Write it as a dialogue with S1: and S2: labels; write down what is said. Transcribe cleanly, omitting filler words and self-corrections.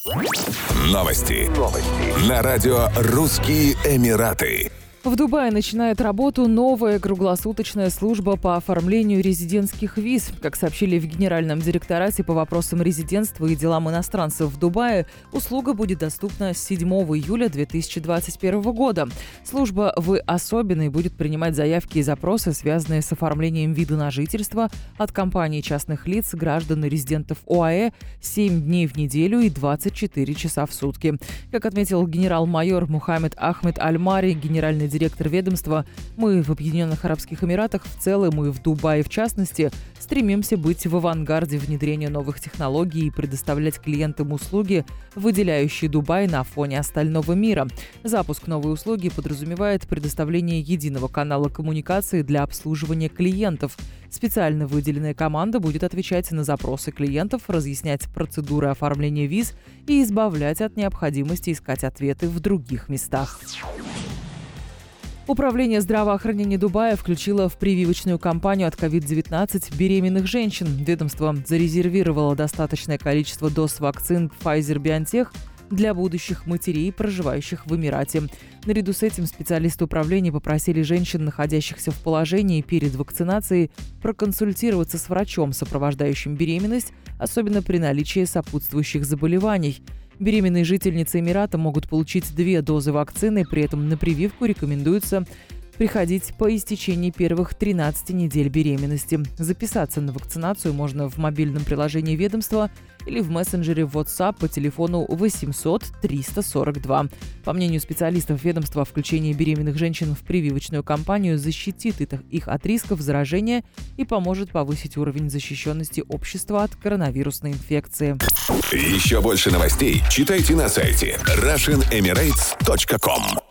S1: Новости. На радио «Русские Эмираты».
S2: В Дубае начинает работу новая круглосуточная служба по оформлению резидентских виз. Как сообщили в Генеральном директорате по вопросам резидентства и делам иностранцев в Дубае, услуга будет доступна с 7 июля 2021 года. Служба «Вы особенный» будет принимать заявки и запросы, связанные с оформлением вида на жительство от компаний частных лиц, граждан и резидентов ОАЭ 7 дней в неделю и 24 часа в сутки. Как отметил генерал-майор Мухаммед Ахмед Аль-Мари, генеральный директор ведомства, мы в Объединенных Арабских Эмиратах в целом и в Дубае в частности стремимся быть в авангарде внедрения новых технологий и предоставлять клиентам услуги, выделяющие Дубай на фоне остального мира. Запуск новой услуги подразумевает предоставление единого канала коммуникации для обслуживания клиентов. Специально выделенная команда будет отвечать на запросы клиентов, разъяснять процедуры оформления виз и избавлять от необходимости искать ответы в других местах. Управление здравоохранения Дубая включило в прививочную кампанию от COVID-19 беременных женщин. Ведомство зарезервировало достаточное количество доз вакцин Pfizer-BioNTech для будущих матерей, проживающих в Эмирате. Наряду с этим специалисты управления попросили женщин, находящихся в положении перед вакцинацией, проконсультироваться с врачом, сопровождающим беременность, особенно при наличии сопутствующих заболеваний. Беременные жительницы Эмирата могут получить 2 дозы вакцины, при этом на прививку рекомендуется приходить по истечении первых 13 недель беременности. Записаться на вакцинацию можно в мобильном приложении ведомства или в мессенджере WhatsApp по телефону 800 342. По мнению специалистов ведомства, включение беременных женщин в прививочную кампанию защитит их от рисков заражения и поможет повысить уровень защищенности общества от коронавирусной инфекции.
S1: Еще больше новостей читайте на сайте RussianEmirates.com.